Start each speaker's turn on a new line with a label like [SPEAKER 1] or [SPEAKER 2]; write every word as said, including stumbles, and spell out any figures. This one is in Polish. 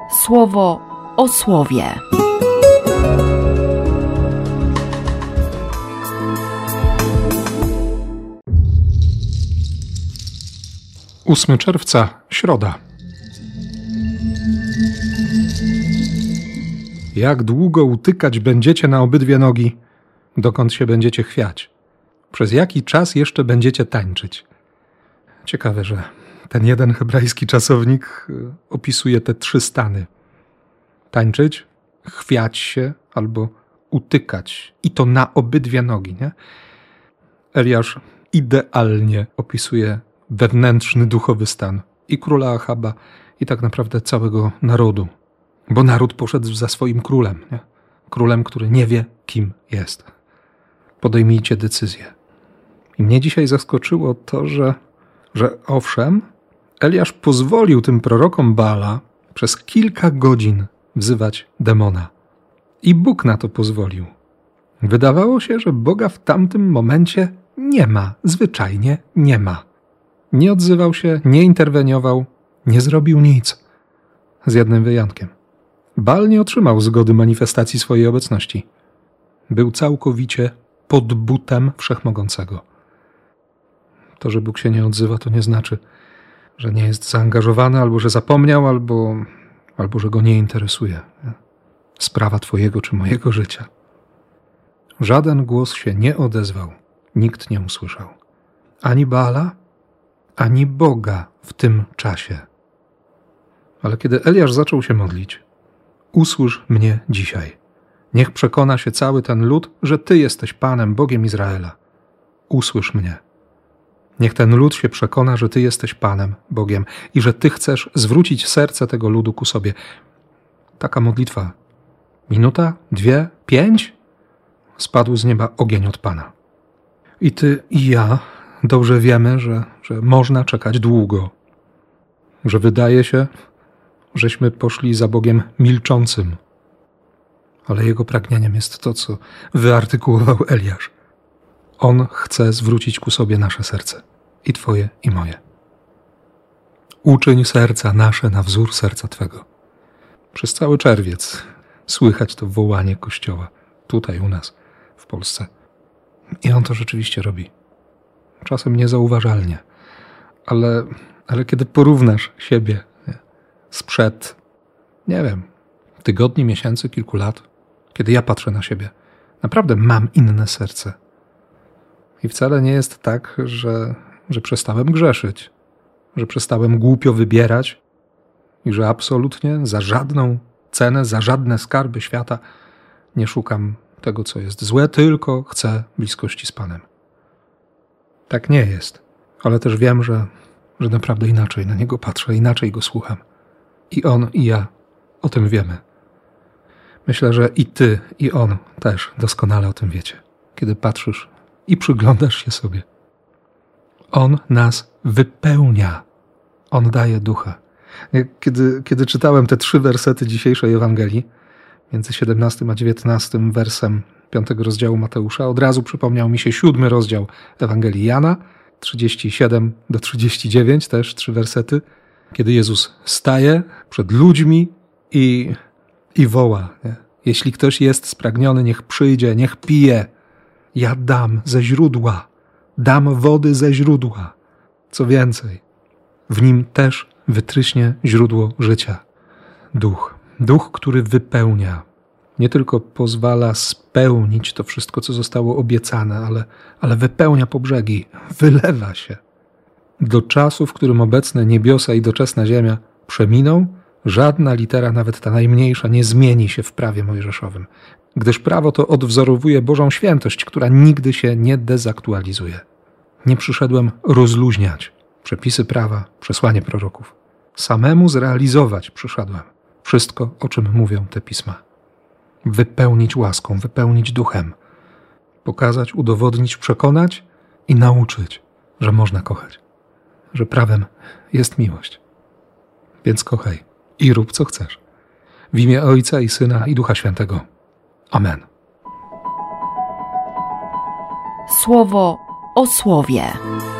[SPEAKER 1] Słowo o słowie.
[SPEAKER 2] ósmego czerwca, środa. Jak długo utykać będziecie na obydwie nogi, dokąd się będziecie chwiać? Przez jaki czas jeszcze będziecie tańczyć? Ciekawe, że ten jeden hebrajski czasownik opisuje te trzy stany. Tańczyć, chwiać się albo utykać. I to na obydwie nogi, nie? Eliasz idealnie opisuje wewnętrzny, duchowy stan i króla Achaba, i tak naprawdę całego narodu. Bo naród poszedł za swoim królem, nie? Królem, który nie wie, kim jest. Podejmijcie decyzję. I mnie dzisiaj zaskoczyło to, że, że owszem, Eliasz pozwolił tym prorokom Baala przez kilka godzin wzywać demona. I Bóg na to pozwolił. Wydawało się, że Boga w tamtym momencie nie ma, zwyczajnie nie ma. Nie odzywał się, nie interweniował, nie zrobił nic. Z jednym wyjątkiem. Baal nie otrzymał zgody manifestacji swojej obecności. Był całkowicie pod butem Wszechmogącego. To, że Bóg się nie odzywa, to nie znaczy, że nie jest zaangażowany, albo że zapomniał, albo, albo że go nie interesuje. Sprawa twojego czy mojego życia. Żaden głos się nie odezwał. Nikt nie usłyszał. Ani Baala, ani Boga w tym czasie. Ale kiedy Eliasz zaczął się modlić, usłysz mnie dzisiaj. Niech przekona się cały ten lud, że Ty jesteś Panem, Bogiem Izraela. Usłysz mnie. Niech ten lud się przekona, że Ty jesteś Panem, Bogiem i że Ty chcesz zwrócić serce tego ludu ku sobie. Taka modlitwa. Minuta, dwie, pięć? Spadł z nieba ogień od Pana. I Ty i ja dobrze wiemy, że, że można czekać długo. Że wydaje się, żeśmy poszli za Bogiem milczącym. Ale Jego pragnieniem jest to, co wyartykułował Eliasz. On chce zwrócić ku sobie nasze serce. I Twoje, i moje. Uczyń serca nasze na wzór serca Twego. Przez cały czerwiec słychać to wołanie Kościoła. Tutaj u nas, w Polsce. I On to rzeczywiście robi. Czasem niezauważalnie. Ale, ale kiedy porównasz siebie nie, sprzed, nie wiem, tygodni, miesięcy, kilku lat, kiedy ja patrzę na siebie, naprawdę mam inne serce. I wcale nie jest tak, że, że przestałem grzeszyć, że przestałem głupio wybierać i że absolutnie za żadną cenę, za żadne skarby świata nie szukam tego, co jest złe, tylko chcę bliskości z Panem. Tak nie jest, ale też wiem, że, że naprawdę inaczej na Niego patrzę, inaczej Go słucham. I On, i ja o tym wiemy. Myślę, że i Ty, i On też doskonale o tym wiecie, kiedy patrzysz i przyglądasz się sobie. On nas wypełnia. On daje ducha. Kiedy, kiedy czytałem te trzy wersety dzisiejszej Ewangelii, między siedemnastym a dziewiętnastym wersem piątego rozdziału Mateusza, od razu przypomniał mi się siódmy rozdział Ewangelii Jana, trzydziesty siódmy do trzydziestego dziewiątego, też trzy wersety, kiedy Jezus staje przed ludźmi i, i woła. Nie? Jeśli ktoś jest spragniony, niech przyjdzie, niech pije. Ja dam ze źródła, dam wody ze źródła. Co więcej, w nim też wytryśnie źródło życia. Duch, duch, który wypełnia. Nie tylko pozwala spełnić to wszystko, co zostało obiecane, ale, ale wypełnia po brzegi, wylewa się. Do czasu, w którym obecne niebiosa i doczesna ziemia przeminą, żadna litera, nawet ta najmniejsza, nie zmieni się w prawie mojżeszowym, gdyż prawo to odwzorowuje Bożą świętość, która nigdy się nie dezaktualizuje. Nie przyszedłem rozluźniać przepisy prawa, przesłanie proroków. Samemu zrealizować przyszedłem wszystko, o czym mówią te pisma. Wypełnić łaską, wypełnić duchem. Pokazać, udowodnić, przekonać i nauczyć, że można kochać. Że prawem jest miłość. Więc kochaj i rób, co chcesz. W imię Ojca i Syna i Ducha Świętego. Amen.
[SPEAKER 1] Słowo o słowie.